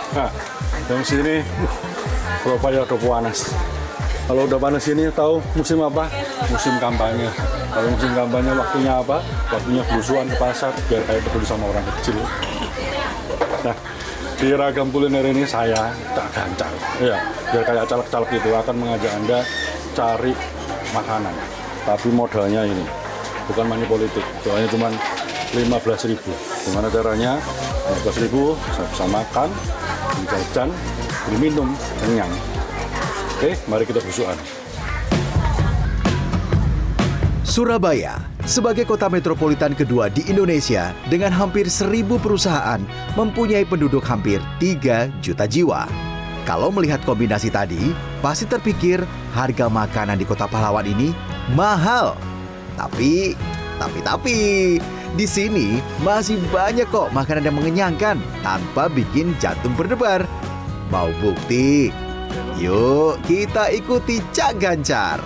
Nah, jam sini Surabaya udah panas. Kalau udah panas ini tahu musim apa? Musim kampanye. Kalau musim kampanye waktunya apa? Waktunya belusuan ke pasar biar kayak peduli sama orang kecil. Nah, di ragam kuliner ini saya Cak Gancar. Ya, biar kayak caleg-caleg itu akan mengajak Anda cari makanan. Tapi modalnya ini bukan money politik. Soalnya cuma 15.000. Gimana caranya? 15.000 saya bisa makan, beli jajan, beli minum, kenyang. Oke, mari kita belusuan. Surabaya, sebagai kota metropolitan kedua di Indonesia dengan hampir 1.000 perusahaan, mempunyai penduduk hampir 3 juta jiwa. Kalau melihat kombinasi tadi, pasti terpikir harga makanan di Kota Pahlawan ini mahal. Tapi, di sini masih banyak kok makanan yang mengenyangkan tanpa bikin jantung berdebar. Mau bukti? Yuk kita ikuti Cak Gancar.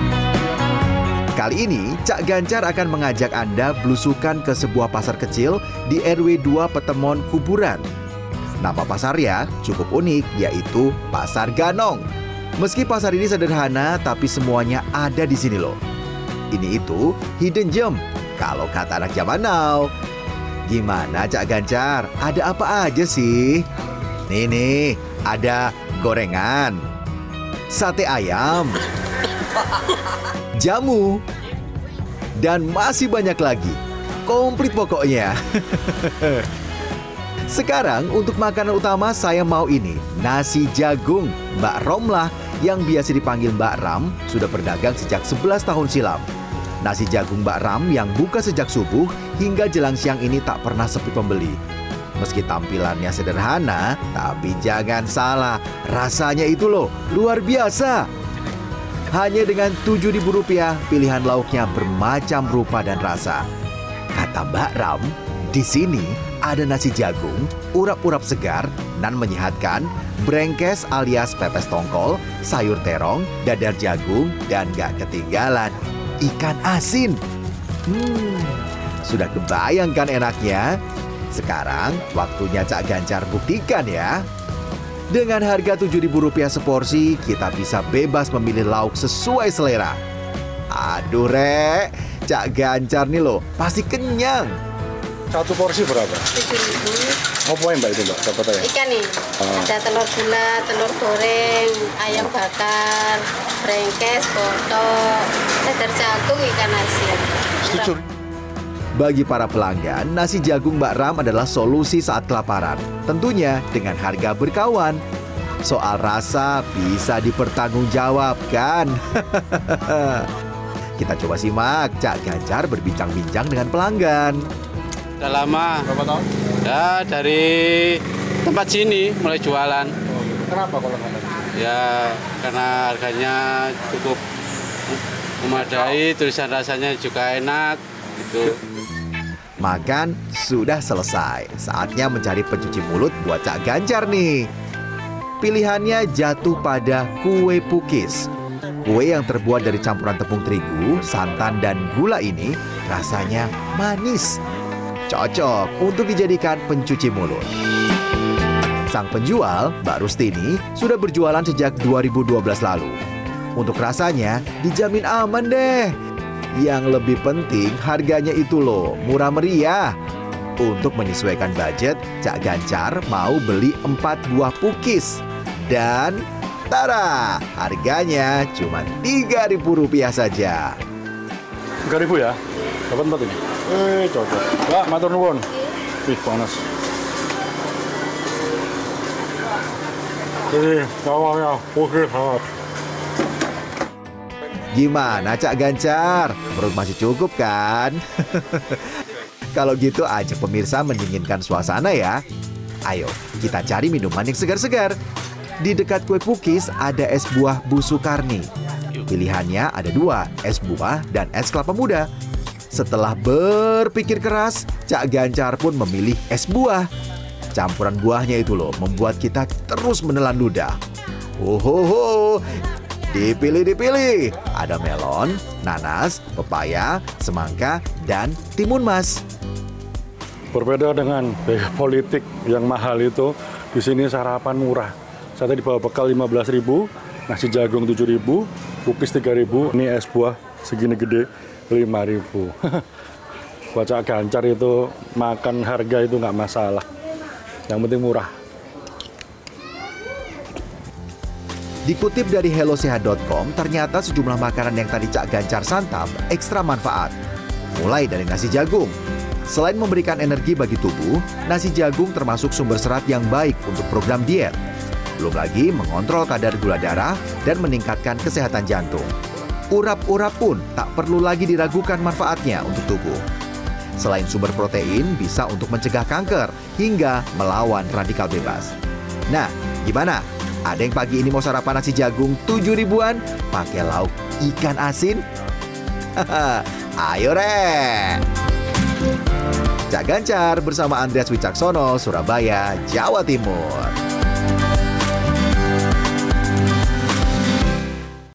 Kali ini Cak Gancar akan mengajak Anda belusukan ke sebuah pasar kecil di RW 2 Petemon Kuburan. Nama pasarnya cukup unik, yaitu Pasar Ganong. Meski pasar ini sederhana, tapi semuanya ada di sini loh. Ini itu hidden gem, kalau kata anak zaman now. Gimana Cak Gancar? Ada apa aja sih? Nih, ada gorengan, sate ayam, jamu, dan masih banyak lagi. Komplit pokoknya. Sekarang untuk makanan utama saya mau ini, nasi jagung. Mbak Romlah yang biasa dipanggil Mbak Ram sudah berdagang sejak 11 tahun silam. Nasi jagung Mbak Ram yang buka sejak subuh hingga jelang siang ini tak pernah sepi pembeli. Meski tampilannya sederhana, tapi jangan salah, rasanya itu loh luar biasa. Hanya dengan Rp7.000, pilihan lauknya bermacam rupa dan rasa. Kata Mbak Ram, di sini ada nasi jagung, urap-urap segar, nan menyehatkan, brengkes alias pepes tongkol, sayur terong, dadar jagung, dan gak ketinggalan ikan asin. Sudah kebayang kan enaknya? Sekarang waktunya Cak Gancar buktikan ya. Dengan harga Rp7.000 seporsi, kita bisa bebas memilih lauk sesuai selera. Aduh Rek, Cak Gancar nih loh, pasti kenyang. Satu porsi berapa? 7.000. Apa yang Mbak itu Mbak? Dapat ya? Ikan nih, ada telur gula, telur goreng, ayam bakar, brengkes, botok, dadar jagung, ikan asin. Setuju. Bagi para pelanggan, nasi jagung Mbak Ram adalah solusi saat kelaparan. Tentunya dengan harga berkawan. Soal rasa bisa dipertanggungjawabkan. Kita coba simak Cak Gancar berbincang-bincang dengan pelanggan. Udah lama. Berapa tahun? Ya dari tempat sini mulai jualan. Kenapa kalau nggak? Ya karena harganya cukup memadai, tulisan rasanya juga enak gitu. Makan sudah selesai. Saatnya mencari pencuci mulut buat Cak Gancar nih. Pilihannya jatuh pada kue pukis. Kue yang terbuat dari campuran tepung terigu, santan, dan gula ini rasanya manis. Cocok untuk dijadikan pencuci mulut. Sang penjual, Mbak Rustini, sudah berjualan sejak 2012 lalu. Untuk rasanya dijamin aman deh. Yang lebih penting harganya itu loh, murah meriah. Untuk menyesuaikan budget, Cak Gancar mau beli 4 buah pukis. Dan tara, harganya cuma Rp3.000 saja. Rp3.000 ya? Dapat 4 ini? Cocok. Mbak, matur nuwun. Wih, panas. Jadi, bawangnya putih banget. Gimana Cak Gancar? Perut masih cukup kan? Kalau gitu ajak pemirsa mendinginkan suasana ya. Ayo, kita cari minuman yang segar-segar. Di dekat kue pukis ada es buah Bu Sukarni. Pilihannya ada 2, es buah dan es kelapa muda. Setelah berpikir keras, Cak Gancar pun memilih es buah. Campuran buahnya itu loh membuat kita terus menelan ludah. Hohoho, dipilih. Ada melon, nanas, pepaya, semangka, dan timun mas. Berbeda dengan politik yang mahal itu, Di sini sarapan murah. Saya tadi bawa bekal 15.000, nasi jagung 7.000, pukis 3.000, ini es buah segini gede 5.000. Buat Cak Gancar itu makan harga itu nggak masalah. Yang penting murah. Dikutip dari hellosehat.com, ternyata sejumlah makanan yang tadi Cak Gancar santap ekstra manfaat. Mulai dari nasi jagung. Selain memberikan energi bagi tubuh, nasi jagung termasuk sumber serat yang baik untuk program diet. Belum lagi mengontrol kadar gula darah dan meningkatkan kesehatan jantung. Urap-urap pun tak perlu lagi diragukan manfaatnya untuk tubuh. Selain sumber protein, bisa untuk mencegah kanker hingga melawan radikal bebas. Nah, gimana? Ada yang pagi ini mau sarapan nasi jagung 7.000-an pakai lauk ikan asin? Ayo re! Cak Gancar bersama Andreas Wicaksono, Surabaya, Jawa Timur.